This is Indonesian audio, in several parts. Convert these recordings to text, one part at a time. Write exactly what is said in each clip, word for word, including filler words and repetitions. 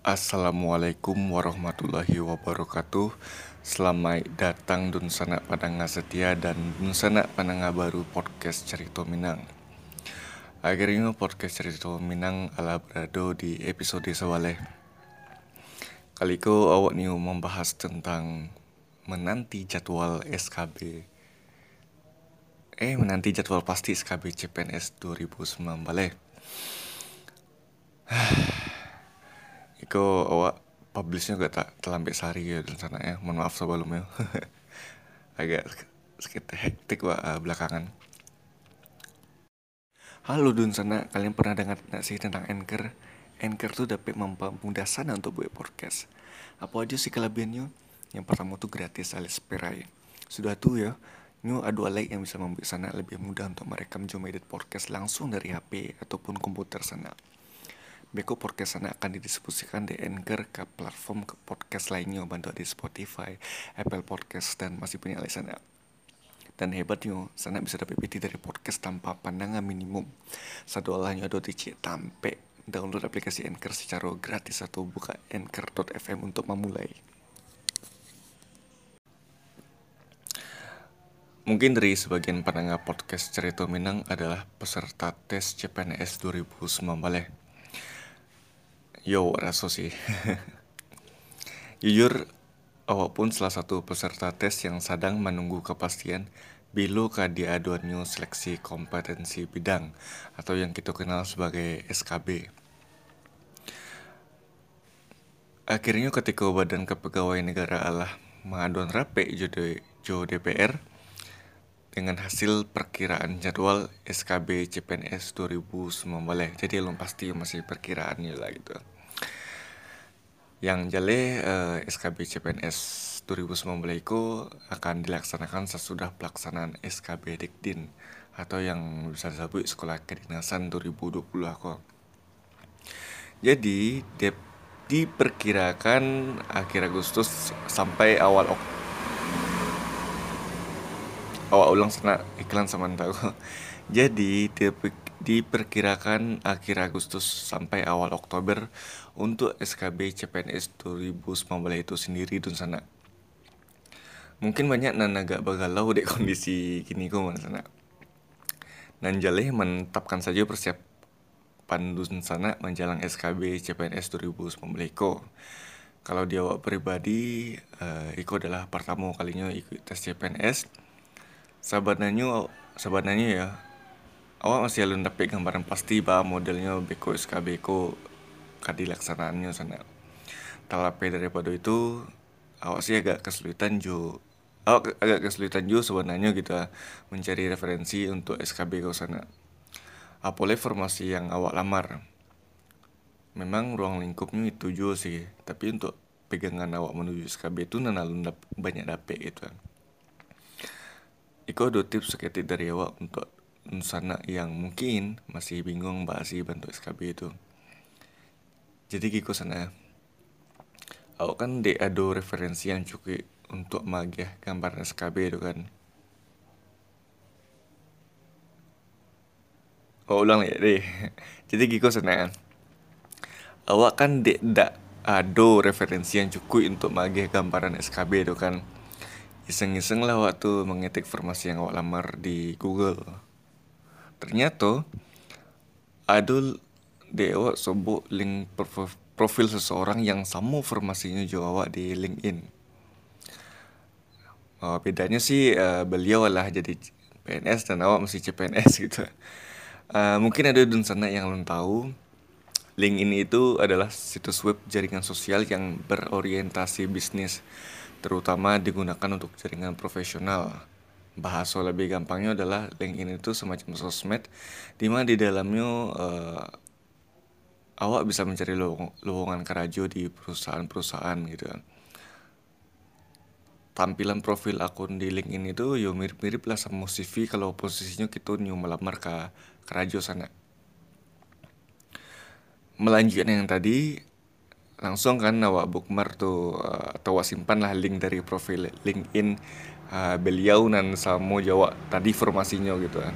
Assalamualaikum warahmatullahi wabarakatuh. Selamat datang dun sana pananga setia dan dun sana pananga baru podcast Cerita Minang. Akhirnya podcast Cerita Minang ala berado di episode sewaleh. Kali ko awak niu membahas tentang menanti jadwal S K B. Eh menanti jadwal pasti S K B C P N S dua ribu sembilan belas. Iko awak publishnya gak tak terlambat sehari ya dan sana ya. Mohon maaf sebelumnya. Agak sedikit hektik wah uh, belakangan. Halo Dun sana, kalian pernah dengar nggak sih tentang Anchor? Anchor tuh dapat mempermudah sana untuk buat podcast. Apa aja sih kelebihannya? Yang pertama tuh gratis alias perai. Sudah tuh ya, Nyu ada alat yang bisa membuat sana lebih mudah untuk merekam jom edit podcast langsung dari H P ataupun komputer sana. Beko podcast sana akan didistribusikan di Anchor ke platform ke podcast lainnya, bantu di Spotify, Apple Podcast dan masih punya lain sana. Dan hebatnya, sana bisa dapat P T dari podcast tanpa pandangan minimum. Satu olahnya ada di tampe download aplikasi Anchor secara gratis atau buka anchor dot f m untuk memulai. Mungkin dari sebagian pendengar podcast Cerita Minang adalah peserta tes C P N S dua ribu sembilan belas. Yo, rasa sih. Jujur, awak pun salah satu peserta tes yang sedang menunggu kepastian bilo kadiaduannya seleksi kompetensi bidang atau yang kita kenal sebagai S K B. Akhirnya ketika Badan Kepegawaian Negara Allah mengaduan rape jo D P R dengan hasil perkiraan jadwal S K B C P N S dua ribu sembilan belas. Jadi belum pasti masih perkiraannya lah gitu. Yang jale uh, S K B C P N S dua ribu sembilan belas itu akan dilaksanakan sesudah pelaksanaan S K B Dikdin atau yang bisa disebut Sekolah Kedinasan dua ribu dua puluh aku. Jadi de- diperkirakan akhir Agustus sampai awal Oktober. Awak ulang sana iklan sama tahu. Jadi diperkirakan akhir Agustus sampai awal Oktober untuk S K B C P N S dua ribu sembilan belas itu sendiri dun sana. Mungkin banyak nan agak bagalau dek kondisi gini kok mana sana. Nan jaleh menetapkan saja persiapan dun sana menjelang S K B C P N S dua ribu sembilan belas ko. Kalau dia awak pribadi, uh, Iko adalah pertama kalinya ikut tes C P N S. Sabananya, sabananya ya, awak masih alun dapat gambaran pasti bah modelnya beko S K B ko kadilaksanaannya sana. Tapi daripada itu, awak sih agak kesulitan jo. Awak agak kesulitan jo sebenarnya gitu mencari referensi untuk S K B ko sana. Apalagi formasi yang awak lamar. Memang ruang lingkupnya itu jo sih, tapi untuk pegangan awak menuju S K B itu nan alun dap- banyak dapet gitu kan. Iko ada tips seketik dari awak untuk sana yang mungkin masih bingung bahas bentuk S K B itu. Jadi Kiko sana, awak kan de ada referensi yang cukup untuk magiah gambar S K B itu kan. Oh ulang ya deh. Jadi Kiko sana, awak kan de dak ada referensi yang cukup untuk magiah gambaran S K B itu kan. Iseng-iseng lah waktu mengetik informasi yang awak lamar di Google. Ternyata ada de awak sebut link profil seseorang yang sama formasinya juga awak di LinkedIn. Oh, bedanya sih uh, beliau lah jadi P N S dan awak masih C P N S gitu. Uh, mungkin ada dun sana yang belum tahu. LinkedIn itu adalah situs web jaringan sosial yang berorientasi bisnis, terutama digunakan untuk jaringan profesional. Bahasa lebih gampangnya adalah LinkedIn itu semacam sosmed di mana di dalamnya uh, awak bisa mencari lowongan kerja di perusahaan-perusahaan gitu kan. Tampilan profil akun di LinkedIn itu yo mirip-mirip lah sama C V kalau posisinya kita new melamar ke kerja sana. Melanjutkan yang tadi, langsung kan awak bookmark tuh uh, atau awak simpan lah link dari profil LinkedIn uh, beliau dan sama jawab tadi formasinya gitu kan.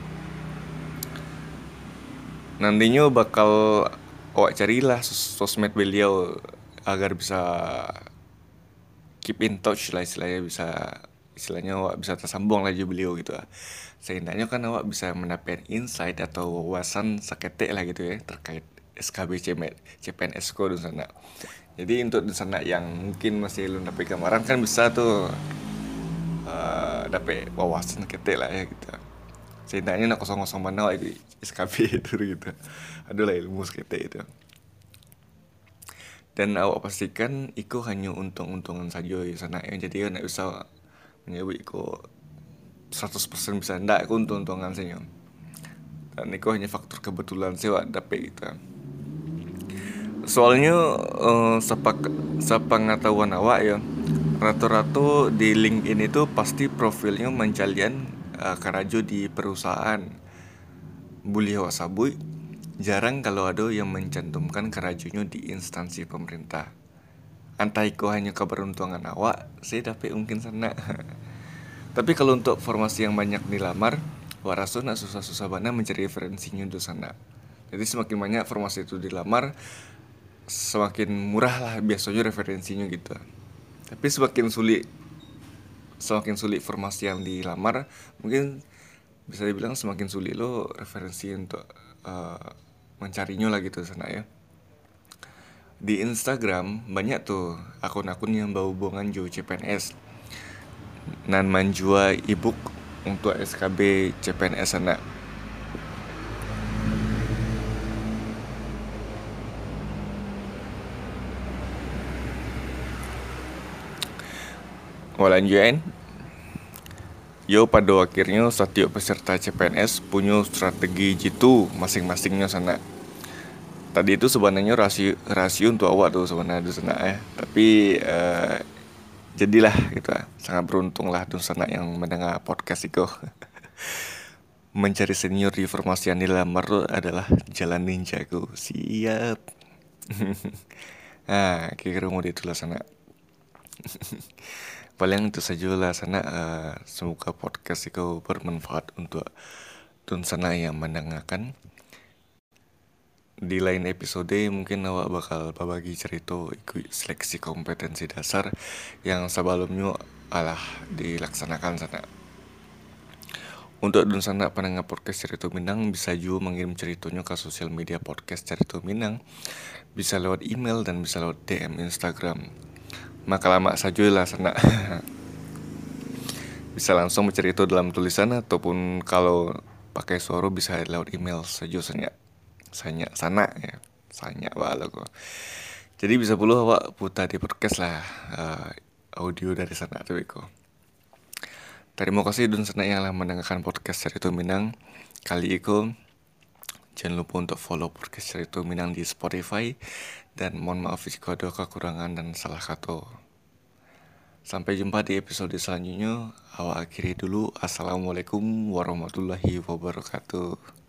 Nantinya bakal awak carilah sos- sosmed beliau agar bisa keep in touch lah istilahnya, bisa istilahnya awak bisa tersambung lagi beliau gitu lah. Seenggaknya kan awak bisa mendapatkan insight atau wawasan seketik lah gitu ya terkait S K B C P N S ko di sana. Jadi untuk di sana yang mungkin masih belum dapat gambaran kan bisa tuh uh, dapat wawasan ketik lah ya gitu. Seenggaknya nak kosong-kosong mana awak itu S K B itu gitu. Aduh lah ilmu seketik itu. Dan awak pastikan iko hanya untung-untungan saja di sana ya. Jadi ya nak bisa menyebut iko seratus persen bisa ndak aku untung-untungan saja. Dan iko hanya faktor kebetulan sih awak dapat gitu. Soalnya uh, sepak sepengetahuan awak ya, rata-rata di LinkedIn itu pasti profilnya mencalian uh, karajo di perusahaan. Boleh awak sabui, jarang kalau ada yang mencantumkan karajonya di instansi pemerintah. Entah itu hanya keberuntungan awak, saya dapat mungkin sana. Tapi kalau untuk formasi yang banyak dilamar, awak rasa nak susah-susah banget mencari referensinya di sana. Jadi semakin banyak formasi itu dilamar, semakin murah lah biasanya referensinya gitu. Tapi semakin sulit semakin sulit formasi yang dilamar, mungkin bisa dibilang semakin sulit lo referensi untuk uh, mencarinya lah gitu sana ya. Di Instagram banyak tuh akun-akun yang berhubungan jo C P N S nan menjual ebook untuk S K B C P N S sana. Walanjuan, yo pada akhirnya setiap peserta C P N S punya strategi jitu masing-masingnya sana. Tadi itu sebenarnya rasio rasio untuk awak tuh sebenarnya di sana ya. Tapi uh, jadilah gitu, sangat beruntung lah tuh sana yang mendengar podcast itu. Mencari senior di formasi yang dilamar tuh adalah jalan ninjaku. Siap. Ah, kira-kira mau ditulis sana. Paling itu saja lah sana. Uh, semoga podcast itu bermanfaat untuk tun sana yang mendengarkan. Di lain episode mungkin awak bakal berbagi cerita ikut seleksi kompetensi dasar yang sebelumnya alah dilaksanakan sana. Untuk dun sana pendengar podcast Cerita Minang bisa juga mengirim ceritanya ke sosial media podcast Cerita Minang. Bisa lewat email dan bisa lewat D M Instagram. Maka lama saja lah sana. Bisa langsung bercerita dalam tulisan ataupun kalau pakai suara bisa lewat email saja sana. Sanya sana ya. Sanya bala kok. Jadi bisa puluh awak putar di podcast lah uh, audio dari sana tuh kok. Terima kasih dun sana yang telah mendengarkan podcast Cerita Minang kali itu. Jangan lupa untuk follow podcast Cerita Minang di Spotify. Dan mohon maaf jika ada kekurangan dan salah kata. Sampai jumpa di episode selanjutnya. Awak akhiri dulu. Assalamualaikum warahmatullahi wabarakatuh.